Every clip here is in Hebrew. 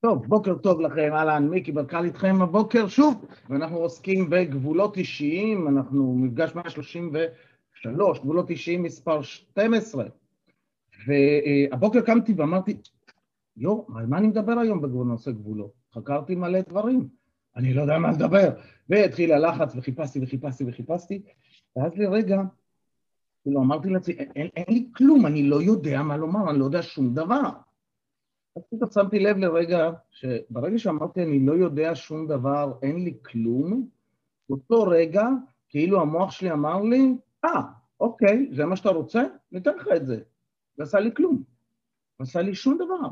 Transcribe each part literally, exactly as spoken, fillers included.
טוב, בוקר טוב לכם, אהלן, מיקי ברקל איתכם הבוקר שוב, ואנחנו עוסקים בגבולות אישיים, אנחנו מפגש מאה שלושים ושלוש, גבולות אישיים מספר שתים עשרה, והבוקר קמתי ואמרתי, יו, על מה אני מדבר היום בנושא גבולות? חקרתי מלא דברים, אני לא יודע מה לדבר, והתחיל הלחץ וחיפשתי וחיפשתי וחיפשתי, ואז לרגע, כאילו אמרתי לעצמי, אין, אין לי כלום, אני לא יודע מה לומר, אני לא יודע שום דבר. אז פתאום שמתי לב לרגע, שברגע שאמרתי אני לא יודע שום דבר, אין לי כלום, באותו רגע, כאילו המוח שלי אמר לי, אה, אוקיי, זה מה שאתה רוצה? ניתן לך את זה. זה עשה לי כלום. זה עשה לי שום דבר.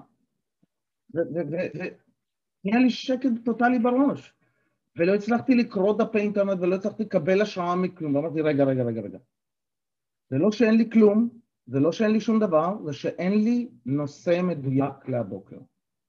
ונהיה לי שקט טוטלי בראש. ולא הצלחתי לקרוא דפי אינטרנט, ולא הצלחתי לקבל השראה מכלום. ואמרתי, רגע, רגע, רגע, רגע. זה לא שאין לי כלום, זה לא שאין לי שום דבר, זה שאין לי נושא מדויק להבוקר.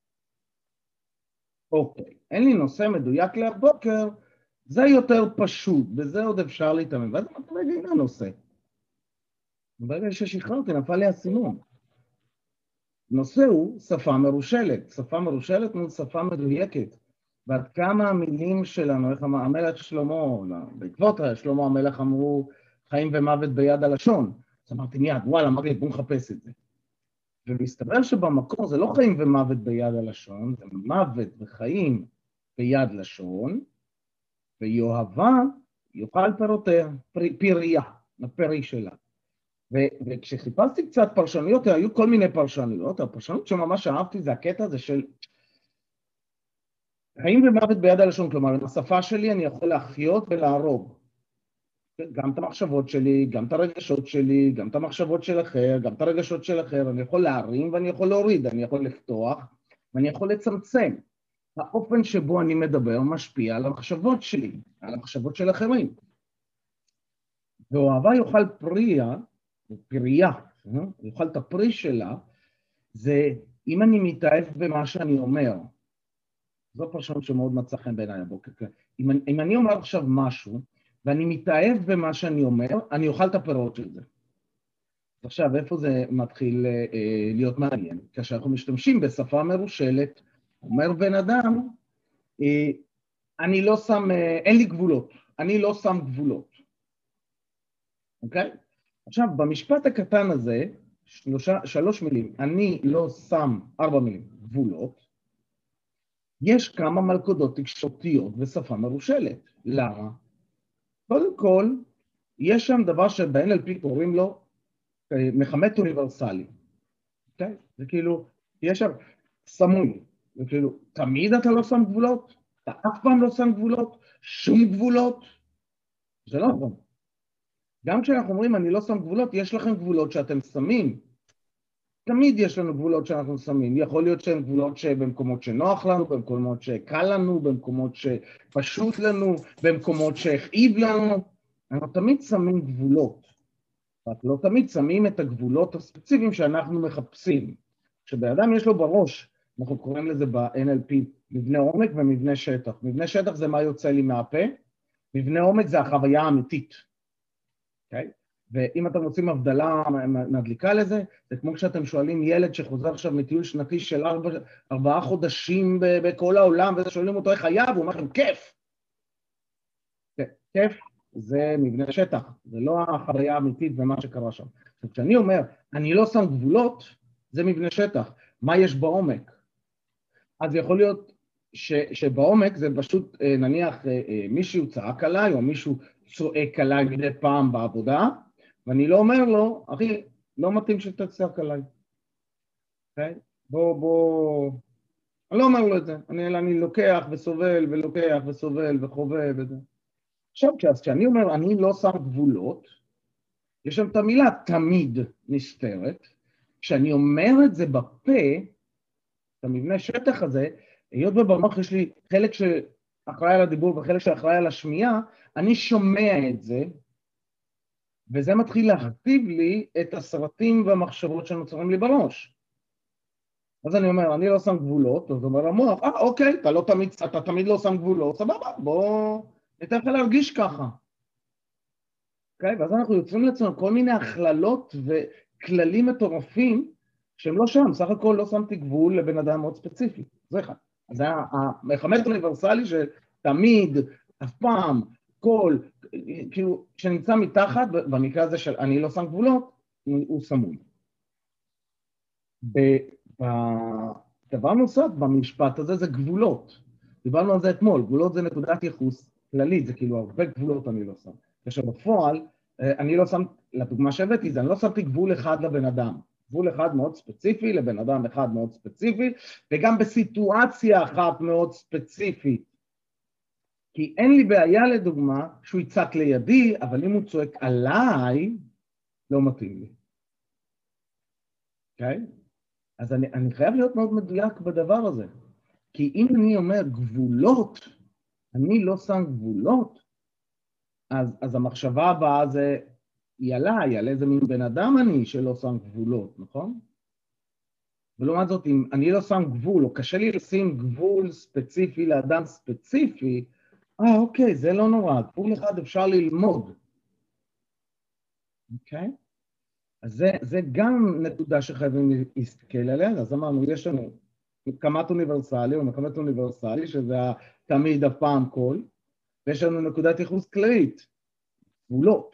אוקיי, אין לי נושא מדויק להבוקר, זה יותר פשוט, בזה עוד אפשר להתאמן. ואז אמרתי, רגע, הנה הנושא. ברגע ששחררתי, נפל לי הסימון. נושא הוא שפה מרושלת. שפה מרושלת מול שפה מדויקת. ועד כמה המילים שלנו, איך המלך שלמה, בעקבות שלמה המלך אמרו, חיים ומוות ביד הלשון. אז אמרתי מיד, וואלה, אמרתי, בוא נחפש את זה. ומסתבר שבמקור זה לא חיים ומוות ביד הלשון, זה מוות וחיים ביד לשון, ויואהבה יאכל פירותיה, פריה, הפרי שלה. וכשחיפשתי קצת פרשנויות, היו כל מיני פרשנויות, הפרשנות שממש אהבתי זה הקטע הזה של חיים ומוות ביד הלשון, כלומר, עם השפה שלי אני יכול להחיות ולהרוג. גם את המחשבות שלי, גם את הרגשות שלי, גם את המחשבות של אחר, גם את הרגשות של אחר, אני יכול להרים ואני יכול להוריד, אני יכול לפתוח ואני יכול לצמצם. האופן שבו אני מדבר משפיע על המחשבות שלי, על המחשבות של אחרים. ואוהבה יאכל פריה, פריה, יאכל את הפרי שלה, זה אם אני מתאהב במה שאני אומר. זו פרשנות שמאוד מצא חן בעיניי הבוקר. אם, אם אני אומר עכשיו משהו, ואני מתאהב במה שאני אומר, אני אוכל את הפירות של זה. עכשיו, איפה זה מתחיל אה, להיות מעניין? כאשר אנחנו משתמשים בשפה מרושלת, אומר בן אדם, אה, אני לא שם, אה, אין לי גבולות, אני לא שם גבולות. אוקיי? עכשיו, במשפט הקטן הזה, שלושה, שלוש מילים, אני לא שם, ארבע מילים, גבולות, יש כמה מלכודות תקשורתיות בשפה מרושלת. למה? קודם כל, יש שם דבר שב-אן אל פי קוראים לו מכמת אוניברסלי. Okay? זה כאילו, יש שם סמוי. זה כאילו, תמיד אתה לא שם גבולות? אתה אף פעם לא שם גבולות? שום גבולות? זה לא נכון. גם כשאנחנו אומרים, אני לא שם גבולות, יש לכם גבולות שאתם שמים. תמיד יש לנו גבולות שאנחנו שמים. יכול להיות שהן גבולות שבמקומות שנוח לנו, במקומות שקל לנו, במקומות שפשוט לנו, במקומות שהכאיב לנו. אנחנו תמיד שמים גבולות. רק לא תמיד שמים את הגבולות הספציפיים שאנחנו מחפשים. כשבאדם יש לו בראש, אנחנו קוראים לזה ב-אן אל פי, מבנה עומק ומבנה שטח. מבנה שטח זה מה יוצא לי מהפה, מבנה עומק זה החוויה האמיתית. Okay? ואם אתם רוצים הבדלה מדליקה לזה, זה כמו כשאתם שואלים ילד שחוזר עכשיו מטיול שנתי של ארבע, ארבעה חודשים בכל העולם, וזה שואלים אותו איך היה, והוא אומר לכם, כיף. כיף זה מבנה שטח, זה לא החוויה האמיתית ומה שקרה שם. כשאני אומר, אני לא שם גבולות, זה מבנה שטח. מה יש בעומק? אז יכול להיות ש, שבעומק זה פשוט, נניח, מישהו צעק עליי, או מישהו צועק עליי מדי פעם בעבודה, ואני לא אומר לו, אחי, לא מתאים שתצעק עליי. Okay? בוא, בוא... אני לא אומר לו את זה. אני, אני לוקח וסובל, ולוקח וסובל וחווה וזה. עכשיו, כשאני אומר, אני לא שם גבולות, יש שם את המילה תמיד נסתרת. כשאני אומר את זה בפה, את המבנה שטח הזה, היות ובמוח יש לי חלק שאחראי על הדיבור וחלק שאחראי על השמיעה, אני שומע את זה, וזה מתחיל להכתיב לי את הסרטים והמחשבות שנוצרים לי בראש. אז אני אומר, אני לא שם גבולות, אז אומר המוח, אה, אוקיי, אתה, לא תמיד, אתה תמיד לא שם גבולות, סבבה, בוא ניתן לך להרגיש ככה. אוקיי? ואז אנחנו יוצרים לעצמנו כל מיני הכללות וכללים מטורפים, שהם לא שם, סך הכל לא שמתי גבול לבן אדם מאוד ספציפי, זה אחד. זה המכמת אוניברסלי שתמיד, אף פעם, כל, כאילו, שנמצא מתחת, במקרה הזה של אני לא שם גבולות, הוא סמוי. דבר נוסף במשפט הזה זה גבולות. דיברנו על זה אתמול, גבולות זה נקודת ייחוס כללית, זה כאילו הרבה גבולות אני לא שם. כאשר בפועל, אני לא שם, לדוגמה שהבאתי זה, אני לא שמתי גבול אחד לבן אדם. גבול אחד מאוד ספציפי, לבן אדם אחד מאוד ספציפי, וגם בסיטואציה אחת מאוד ספציפית. כי אין לי בעיה לדוגמה שהוא יצעק לידי, אבל אם הוא צועק עליי, לא מתאים לי. אוקיי? Okay? אז אני, אני חייב להיות מאוד מדויק בדבר הזה. כי אם אני אומר גבולות, אני לא שם גבולות, אז, אז המחשבה הבאה זה, היא עליי, על איזה מין בן אדם אני שלא שם גבולות, נכון? ולעומת זאת, אם אני לא שם גבול, או קשה לי לשים גבול ספציפי לאדם ספציפי, אה, אוקיי, זה לא נורא, גבול אחד אפשר ללמוד. אוקיי? אז זה, זה גם נקודה שחייבים להסתכל עליה, אז אמרנו, יש לנו מקמת אוניברסלי, או מקמת אוניברסלי, שזה תמיד הפעם כל, ויש לנו נקודת ייחוס כללית, גבולות.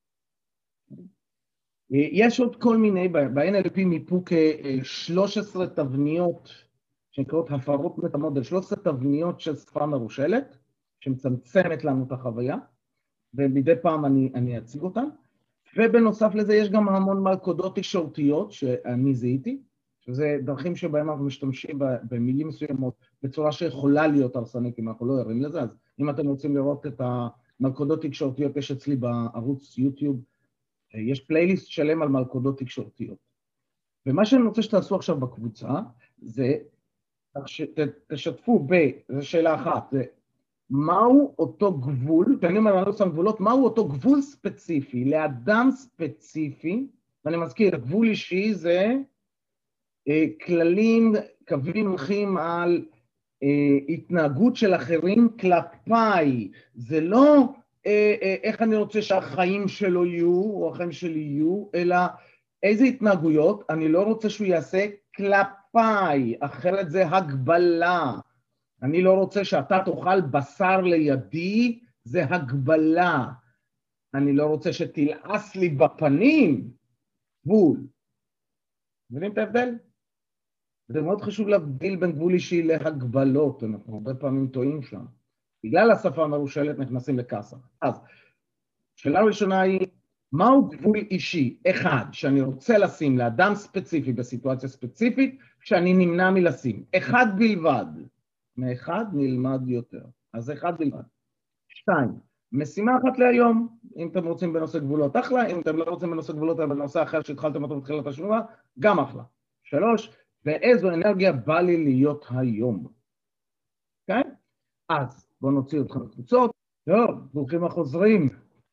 יש עוד כל מיני, ב-אן אל פי מיפו כ-שלוש עשרה תבניות, שנקראות הפרות מטה-מודל, שלוש עשרה תבניות של שפה מרושלת, שמצמצמת לנו את החוויה, ומדי פעם אני, אני אציג אותן, ובנוסף לזה יש גם המון מלכודות תקשורתיות שאני זיהיתי, שזה דרכים שבהם אנחנו משתמשים במילים מסוימות בצורה שיכולה להיות הרסנית, אם אנחנו לא ערים לזה, אז אם אתם רוצים לראות את המלכודות תקשורתיות, יש אצלי בערוץ יוטיוב, יש פלייליסט שלם על מלכודות תקשורתיות. ומה שאני רוצה שתעשו עכשיו בקבוצה, זה תשתפו ב, זו שאלה אחת, זה מהו אותו גבול, ואני אומר, אני לא שם גבולות, מהו אותו גבול ספציפי, לאדם ספציפי, ואני מזכיר, גבול אישי זה אה, כללים, קווים הולכים על אה, התנהגות של אחרים כלפיי, זה לא אה, אה, איך אני רוצה שהחיים שלו יהיו, או החיים שלי יהיו, אלא איזה התנהגויות אני לא רוצה שהוא יעשה כלפיי, אחרת זה הגבלה. אני לא רוצה שאתה תאכל בשר לידי, זה הגבלה. אני לא רוצה שתלעס לי בפנים, גבול. מבינים את ההבדל? זה מאוד חשוב להבדיל בין גבול אישי להגבלות, אנחנו הרבה פעמים טועים שם. בגלל השפה המרושלת נכנסים לקסה. אז, שאלה ראשונה היא, מהו גבול אישי? אחד, שאני רוצה לשים לאדם ספציפי בסיטואציה ספציפית, שאני נמנע מלשים. אחד בלבד. מאחד נלמד יותר. אז אחד בלבד. שתיים, משימה אחת להיום, אם אתם רוצים בנושא גבולות אחלה, אם אתם לא רוצים בנושא גבולות, אבל בנושא אחר שהתחלתם אותו בתחילת השבוע, גם אחלה. שלוש, ואיזו אנרגיה בא לי להיות היום. אוקיי? אז בואו נוציא אתכם לקבוצות. טוב, ברוכים החוזרים.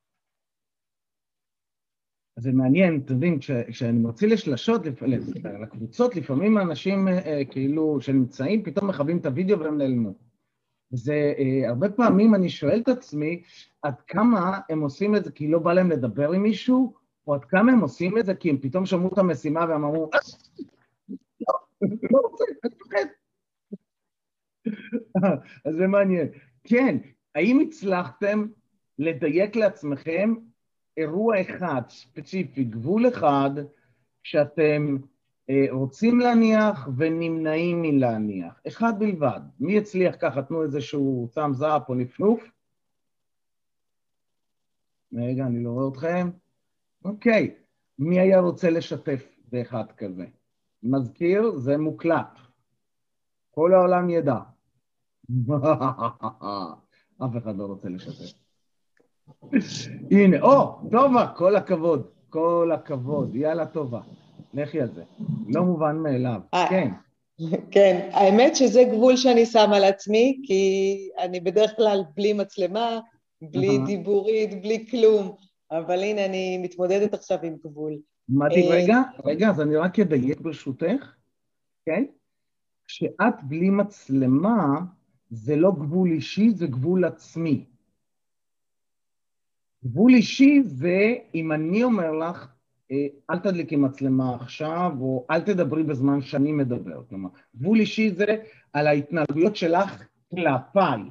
אז זה מעניין, אתם יודעים, כשאני מוציא לשלשות לקבוצות, לפעמים האנשים כאילו שנמצאים, פתאום מכבים את הוידאו והם נעלמו. זה הרבה פעמים אני שואל את עצמי, עד כמה הם עושים את זה כי לא בא להם לדבר עם מישהו, או עד כמה הם עושים את זה כי הם פתאום שמעו את המשימה והם אמרו, לא, לא רוצה, אני פוחד. אז זה מעניין. כן, האם הצלחתם לדייק לעצמכם אירוע אחד, ספציפי, גבול אחד, שאתם אה, רוצים להניח ונמנעים מלהניח? אחד בלבד. מי יצליח ככה? תנו איזשהו צם זעפ או נפנוף? רגע, אני לא רואה אתכם. אוקיי. מי היה רוצה לשתף באחד כזה? מזכיר, זה מוקלט. כל העולם ידע. אף אחד לא רוצה לשתף. הנה, או, טובה, כל הכבוד, כל הכבוד, יאללה טובה, לכי על זה, לא מובן מאליו, כן. כן, האמת שזה גבול שאני שם על עצמי, כי אני בדרך כלל בלי מצלמה, בלי דיבורית, בלי כלום, אבל הנה אני מתמודדת עכשיו עם גבול. מדהים, רגע, רגע, אז אני רק אדייק ברשותך, כן? כשאת בלי מצלמה, זה לא גבול אישי, זה גבול עצמי. גבול אישי זה, אם אני אומר לך, אל תדליקי מצלמה עכשיו, או אל תדברי בזמן שאני מדבר. כלומר, גבול אישי זה על ההתנהגויות שלך כלפיי.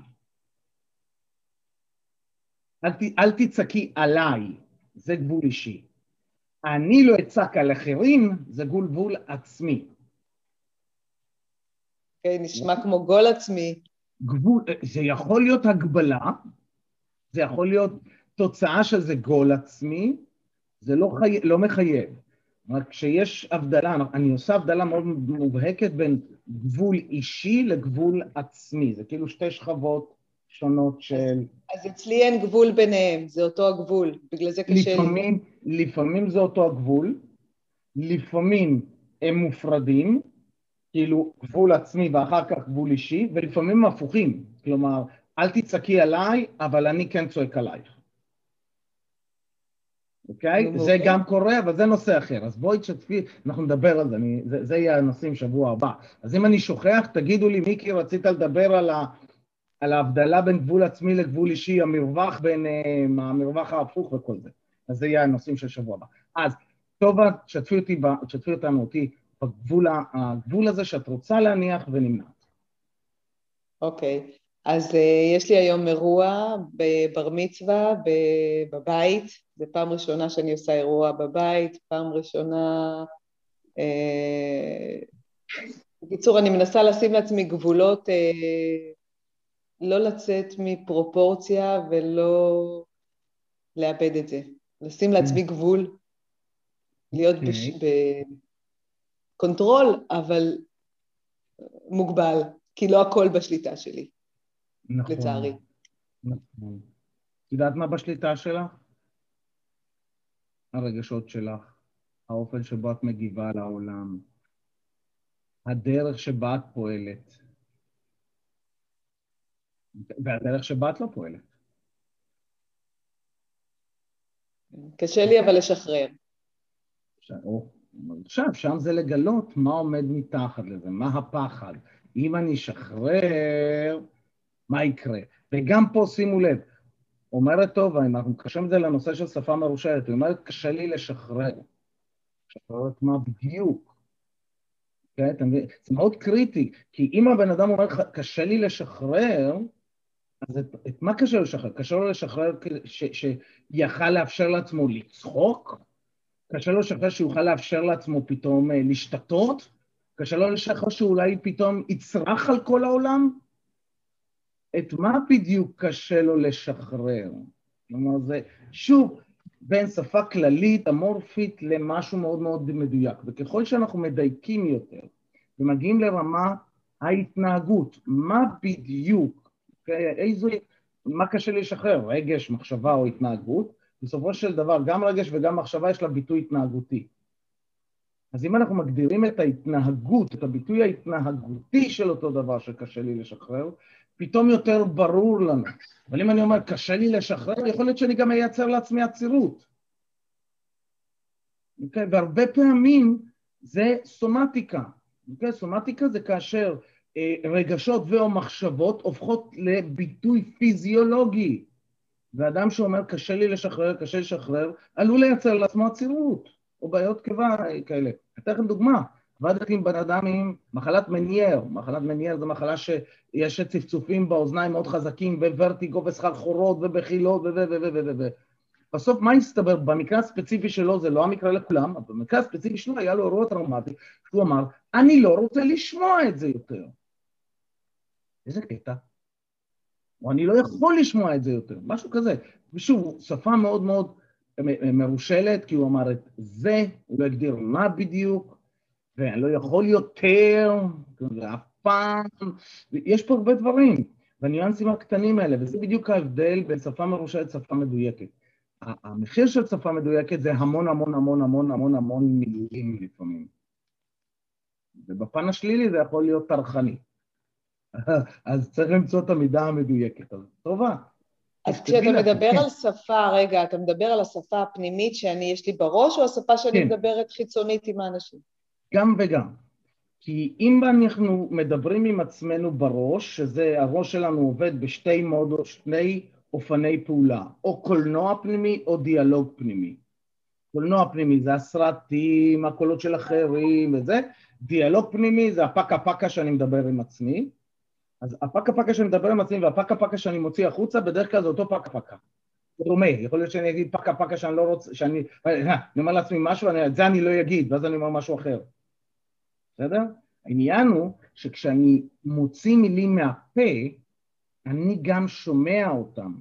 אל, ת, אל תצעקי עליי, זה גבול אישי. אני לא אצעק על אחרים, זה גבול גבול עצמי. כן, נשמע כמו גול עצמי. גבול, זה יכול להיות הגבלה, זה יכול להיות תוצאה של זה גול עצמי, זה לא, חי... לא מחייב. רק כשיש הבדלה, אני עושה הבדלה מאוד מובהקת בין גבול אישי לגבול עצמי, זה כאילו שתי שכבות שונות של... אז, אז אצלי אין גבול ביניהם, זה אותו הגבול, בגלל זה קשה לפעמים, לי. לפעמים זה אותו הגבול, לפעמים הם מופרדים, כאילו גבול עצמי ואחר כך גבול אישי, ולפעמים הפוכים, כלומר, אל תצעקי עליי, אבל אני כן צועק עלייך. אוקיי? זה גם קורה, אבל זה נושא אחר. אז בואי תשתפי, אנחנו נדבר על זה, אני, זה, זה יהיה הנושאים שבוע הבא. אז אם אני שוכח, תגידו לי, מיקי, רצית לדבר על, ה, על ההבדלה בין גבול עצמי לגבול אישי, המרווח בין, המרווח ההפוך וכל זה. אז זה יהיה הנושאים של שבוע הבא. אז, טובה, תשתפי אותי, תשתפי אותנו אותי, בגבול, הגבול הזה שאת רוצה להניח ונמנעת. אוקיי. אז uh, יש לי היום אירוע בבר מצווה בבית, זו פעם ראשונה שאני עושה אירוע בבית, פעם ראשונה, uh, בקיצור אני מנסה לשים לעצמי גבולות, uh, לא לצאת מפרופורציה ולא לאבד את זה, לשים לעצמי גבול, להיות okay. בש... בקונטרול, אבל מוגבל, כי לא הכל בשליטה שלי. נכון, לצערי. נכון. יודעת מה בשליטה שלך? הרגשות שלך, האופן שבו את מגיבה לעולם, הדרך שבה את פועלת, והדרך שבה את לא פועלת. קשה לי אבל לשחרר. עכשיו, שם זה לגלות מה עומד מתחת לזה, מה הפחד. אם אני אשחרר, מה יקרה? וגם פה שימו לב, אומרת טובה, אם אנחנו מקשרים את זה לנושא של שפה מרושלת, היא אומרת, קשה לי לשחרר. לשחרר את מה בדיוק. Okay, זה מאוד קריטי, כי אם הבן אדם אומר, קשה לי לשחרר, אז את, את מה קשה לו לשחרר? קשה לו לשחרר ש, שיכל לאפשר לעצמו לצחוק? קשה לו לשחרר שיוכל לאפשר לעצמו פתאום לשתתות? קשה לו לשחרר שאולי פתאום יצרח על כל העולם? את מה בדיוק קשה לו לשחרר? כלומר, זה שוב בין שפה כללית, אמורפית, למשהו מאוד מאוד מדויק. וככל שאנחנו מדייקים יותר, ומגיעים לרמה ההתנהגות, מה בדיוק, איזו, מה קשה לשחרר? רגש, מחשבה או התנהגות? בסופו של דבר, גם רגש וגם מחשבה יש לה ביטוי התנהגותי. אז אם אנחנו מגדירים את ההתנהגות, את הביטוי ההתנהגותי של אותו דבר שקשה לי לשחרר, פתאום יותר ברור לנו. אבל אם אני אומר, קשה לי לשחרר, יכול להיות שאני גם אייצר לעצמי עצירות. Okay? והרבה פעמים זה סומטיקה. Okay? סומטיקה זה כאשר אה, רגשות ואו מחשבות הופכות לביטוי פיזיולוגי. ואדם שאומר, קשה לי לשחרר, קשה לשחרר, עלול לייצר לעצמו עצירות, או בעיות קבע כאלה. אתן לכם דוגמה. עבדתי עם בן אדם עם מחלת מנייר, מחלת מנייר זו מחלה שיש צפצופים באוזניים מאוד חזקים, וורטיגו וסחרחורות ובחילות ו... ו... ו... ו... ו... ו... בסוף מה הסתבר? במקרה הספציפי שלו, זה לא המקרה לכולם, אבל במקרה הספציפי שלו היה לו אירוע טראומטי, שהוא אמר, אני לא רוצה לשמוע את זה יותר. איזה קטע? או אני לא יכול לשמוע את זה יותר, משהו כזה. ושוב, שפה מאוד מאוד מרושלת, כי הוא אמר את זה, הוא לא הגדיר מה בדיוק, ואני לא יכול יותר, ואף פעם, יש פה הרבה דברים, והניואנסים הקטנים האלה, וזה בדיוק ההבדל בין שפה מרושלת לשפה מדויקת. המחיר של שפה מדויקת זה המון המון המון המון המון המון מילים לפעמים. ובפן השלילי זה יכול להיות טרחני. אז צריך למצוא את המידה המדויקת, אז טובה. אז כשאתה מדבר על שפה, רגע, אתה מדבר על השפה הפנימית שאני, יש לי בראש, או השפה שאני מדברת חיצונית עם האנשים? גם וגם. כי אם אנחנו מדברים עם עצמנו בראש, שזה הראש שלנו עובד בשתי מודות, שני אופני פעולה, או קולנוע פנימי או דיאלוג פנימי. קולנוע פנימי זה הסרטים, הקולות של אחרים וזה, דיאלוג פנימי זה הפקה פקה שאני מדבר עם עצמי, אז הפקה פקה שאני מדבר עם עצמי והפקה פקה שאני מוציא החוצה, בדרך כלל זה אותו פקה פקה. זה דומה, יכול להיות שאני אגיד פקה פקה שאני לא רוצה, שאני, אני אומר לעצמי משהו, את זה אני לא אגיד, ואז אני אומר משהו אחר. בסדר? העניין הוא שכשאני מוציא מילים מהפה, אני גם שומע אותם.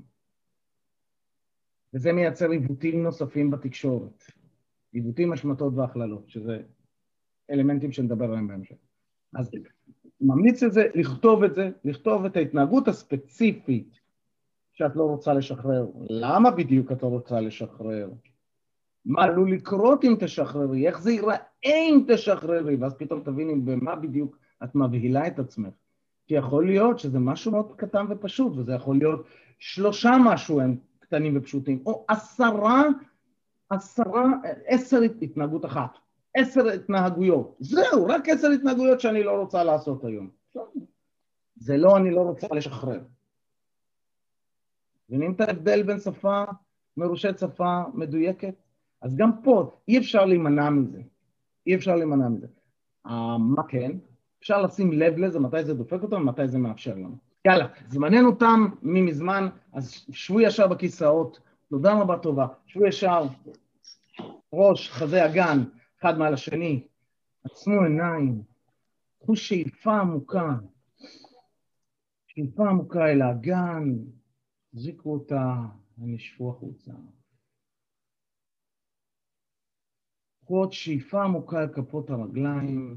וזה מייצר עיוותים נוספים בתקשורת. עיוותים, השמטות והכללות, שזה אלמנטים שנדבר עליהם בהמשך. אז ממליץ את זה, לכתוב את זה, לכתוב את ההתנהגות הספציפית שאת לא רוצה לשחרר. למה בדיוק את לא רוצה לשחרר? מה עלול לקרות אם תשחררי? איך זה ייראה אם תשחררי? ואז פתאום תביני במה בדיוק את מבהילה את עצמך. כי יכול להיות שזה משהו מאוד קטן ופשוט, וזה יכול להיות שלושה משהו הם קטנים ופשוטים, או עשרה, עשרה, עשר התנהגות אחת, עשר התנהגויות. זהו, רק עשר התנהגויות שאני לא רוצה לעשות היום. זה לא, אני לא רוצה לשחרר. מבינים את ההבדל בין שפה מרושת שפה מדויקת? אז גם פה אי אפשר להימנע מזה. אי אפשר להימנע מזה. מה כן? אפשר לשים לב לזה, מתי זה דופק אותנו, מתי זה מאפשר לנו. יאללה, זמננו תם ממזמן, אז שבו ישר בכיסאות, תודה רבה טובה, שבו ישר, ראש, חזה אגן, אחד מעל השני, עצמו עיניים, קחו שאיפה עמוקה, שאיפה עמוקה אל האגן, זיקו אותה, ונשפו החוצה. קחו עוד שאיפה עמוקה על כפות הרגליים,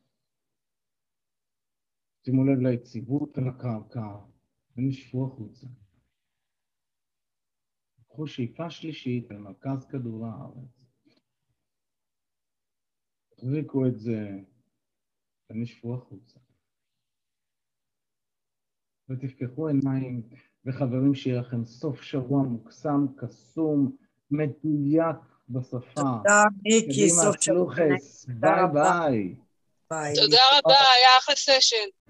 שימו לב ליציבות על הקרקע, ונשפו החוצה. קחו שאיפה שלישית על מרכז כדור הארץ. תחזיקו את זה, ונשפו החוצה. ותפקחו עיניים, וחברים שיהיה לכם סוף שבוע מוקסם, קסום, מדויק בשפה. תודה, מיקי, סוף שבוע. ביי ביי. ביי. תודה רבה, היה אחלה סשן.